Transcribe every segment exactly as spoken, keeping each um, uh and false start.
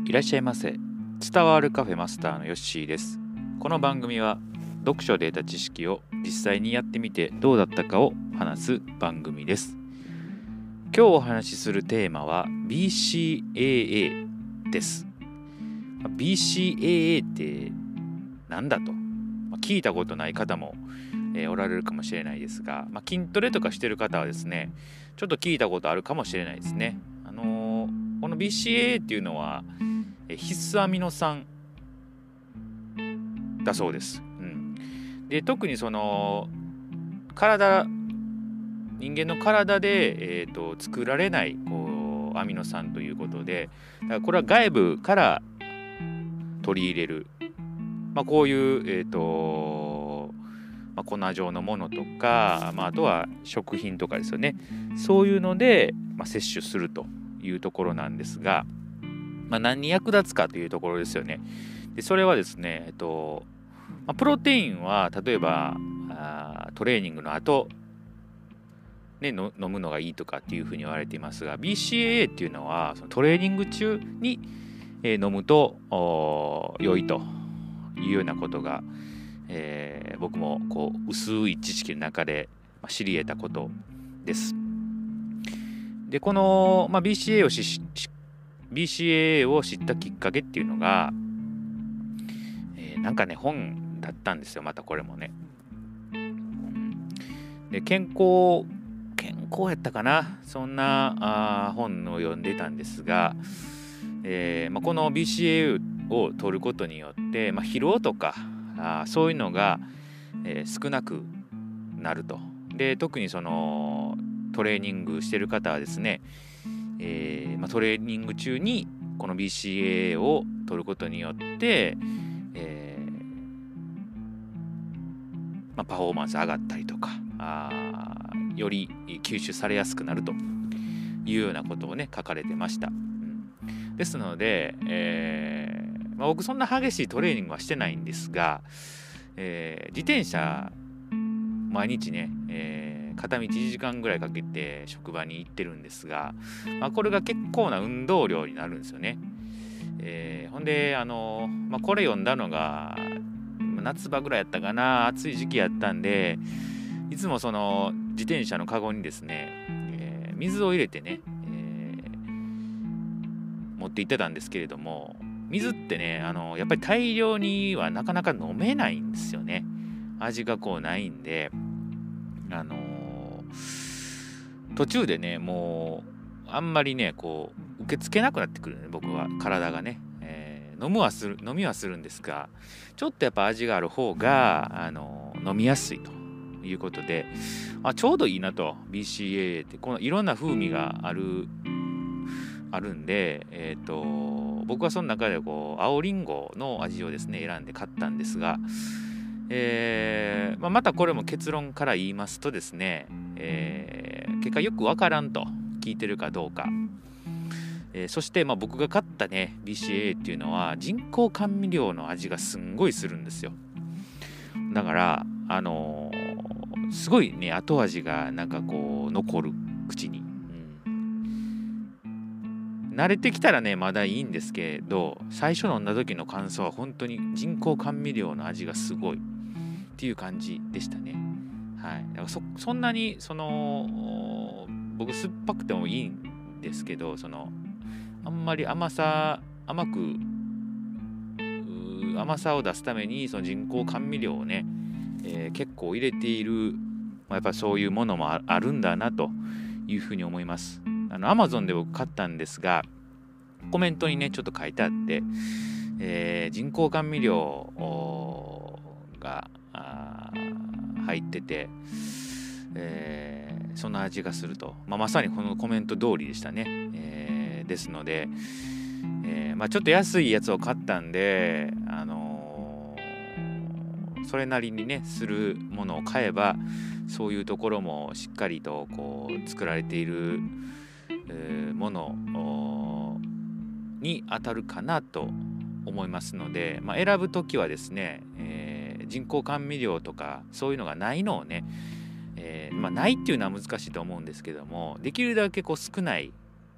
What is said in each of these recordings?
いらっしゃいませ。伝わるカフェマスターのヨッシーです。この番組は読書で得た知識を実際にやってみてどうだったかを話す番組です。今日お話しするテーマは ビーシーエーエー です。ビーシーエーエー って何だと、まあ、聞いたことない方も、えー、おられるかもしれないですが、まあ、筋トレとかしてる方はですね、ちょっと聞いたことあるかもしれないですね。あのー、この ビーシーエーエー っていうのは必須アミノ酸だそうです。うん、で特にその体人間の体で、えー、と作られないこうアミノ酸ということで、だからこれは外部から取り入れる、まあ、こういう、えーとまあ、粉状のものとか、まあ、あとは食品とかですよね。そういうので、まあ、摂取するというところなんですが、まあ、何に役立つかというところですよね。でそれはですね、えっとまあ、プロテインは例えばあトレーニングの後、ね、の飲むのがいいとかっていうふうに言われていますが、 ビーシーエーエー っていうのはそのトレーニング中に、えー、飲むと良いというようなことが、えー、僕もこう薄い知識の中で知り得たことです。でこの、まあ、ビーシーエー をしし ビーシーエー を知ったきっかけっていうのが、えー、なんかね本だったんですよ。またこれもね、うん、で健康健康やったかな、そんなあ本を読んでたんですが、えーまあ、この ビーシーエー を取ることによって、まあ、疲労とかあそういうのが、えー、少なくなると。で特にそのトレーニングしてる方はですね、えーまあ、トレーニング中にこの ビーシーエー を取ることによって、えーまあ、パフォーマンス上がったりとか、あより吸収されやすくなるというようなことをね書かれてました。うん、ですので、えーまあ、僕そんな激しいトレーニングはしてないんですが、えー、自転車毎日ね、えー、片道いちじかんぐらいかけて職場に行ってるんですが、まあ、これが結構な運動量になるんですよね。えー、ほんであの、まあ、これ読んだのが夏場ぐらいやったかな、暑い時期やったんで、いつもその自転車のカゴにですね、えー、水を入れてね、えー、持って行ってたんですけれども、水ってねあのやっぱり大量にはなかなか飲めないんですよね。味がこうないんで、あのー、途中でねもうあんまりねこう受け付けなくなってくるね、僕は体がね、えー、飲むはする飲みはするんですが、ちょっとやっぱ味がある方が、あのー、飲みやすいということで、あちょうどいいなと。 ビーシーエーエー ってこのいろんな風味があるあるんで、えーと、僕はその中でこう青りんごの味をですね選んで買ったんですが、えーまあ、またこれも結論から言いますとですね、えー、結果よくわからんと、聞いてるかどうか、えー、そしてまあ僕が買ったね ビーシーエーエー っていうのは人工甘味料の味がすんごいするんですよ。だからあのー、すごいね後味がなんかこう残る口に、うん、慣れてきたらねまだいいんですけど、最初飲んだ時の感想は本当に人工甘味料の味がすごいっていう感じでしたね。はい、だから そ, そんなにその僕酸っぱくてもいいんですけど、そのあんまり甘さ甘く甘さを出すためにその人工甘味料をね、えー、結構入れている、まあ、やっぱそういうものも あ, あるんだなというふうに思います。あの Amazon で僕買ったんですが、コメントにねちょっと書いてあって、えー、人工甘味料が入ってて、えー、その味がすると、まあ、まさにこのコメント通りでしたね。えー、ですので、えーまあ、ちょっと安いやつを買ったんで、あのー、それなりにねするものを買えばそういうところもしっかりとこう作られている、えー、ものに当たるかなと思いますので、まあ、選ぶときはですね、えー、人工甘味料とかそういうのがないのをね、えーまあ、ないっていうのは難しいと思うんですけども、できるだけこう少ない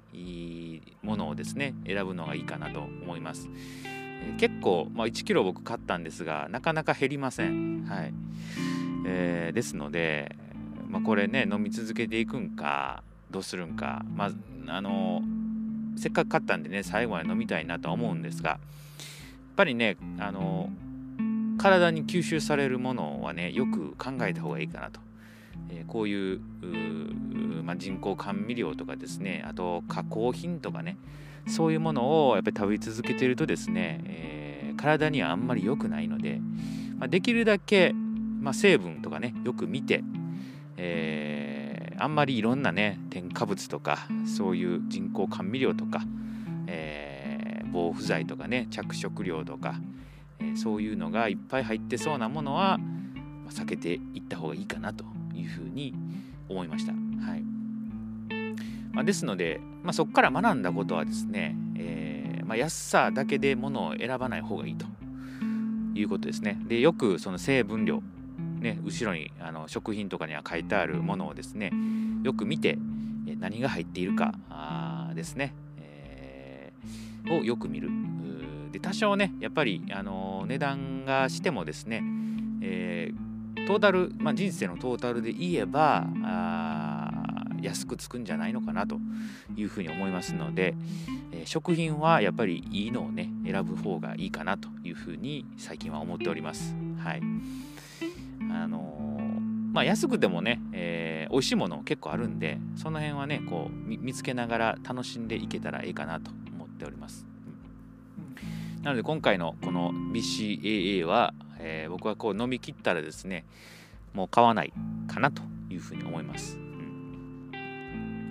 ものをですね選ぶのがいいかなと思います。えー、結構、まあ、いちキロ僕買ったんですがなかなか減りません。はい。えー、ですので、まあ、これね飲み続けていくんかどうするんか、まああのせっかく買ったんでね最後まで飲みたいなとは思うんですが、やっぱりねあの体に吸収されるものはねよく考えた方がいいかなと。えー、こういう、う、まあ、人工甘味料とかですね、あと加工品とかね、そういうものをやっぱり食べ続けているとですね、えー、体にはあんまり良くないので、まあ、できるだけ、まあ、成分とかねよく見て、えー、あんまりいろんなね添加物とかそういう人工甘味料とか、えー、防腐剤とかね着色料とか、えー、そういうのがいっぱい入ってそうなものは、まあ、避けていった方がいいかなというふうに思いました。はい。まあ、ですので、まあ、そこから学んだことはですね、えーまあ、安さだけで物を選ばない方がいいということですね。でよくその成分量ね、後ろにあの食品とかには書いてあるものをですねよく見て何が入っているかあですね、えー、をよく見る。で多少ねやっぱりあの値段がしてもですね、えー、トータル、まあ、人生のトータルで言えばあ安くつくんじゃないのかなというふうに思いますので、えー、食品はやっぱりいいのをね選ぶ方がいいかなというふうに最近は思っております。はい。あのー、まあ安くてもね、えー、美味しいもの結構あるんで、その辺はねこう 見, 見つけながら楽しんでいけたらいいかなと思っております。なので今回のこの ビーシーエーエー は、えー、僕はこう飲み切ったらですねもう買わないかなというふうに思います。うん、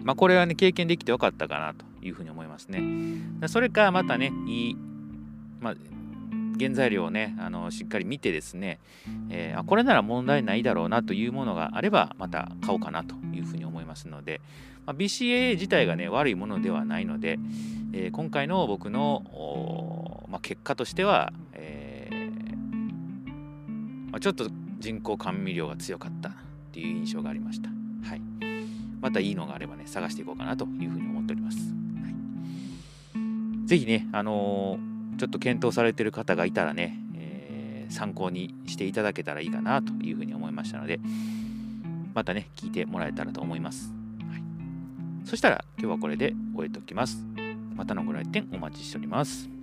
まあこれはね経験できてよかったかなというふうに思いますね。それかまたねいい、まあ原材料をねあのしっかり見てですね、えー、これなら問題ないだろうなというものがあればまた買おうかなというふうに思いますので、まあ、ビーシーエーエー 自体がね悪いものではないので、えー、今回の僕の、まあ、結果としては、えーまあ、ちょっと人工甘味料が強かったっていう印象がありました。はい、またいいのがあればね探していこうかなというふうに思っております。はい、ぜひねあのーちょっと検討されている方がいたらね、えー、参考にしていただけたらいいかなというふうに思いましたので、またね聞いてもらえたらと思います。はい、そしたら今日はこれで終えておきます。またのご来店お待ちしております。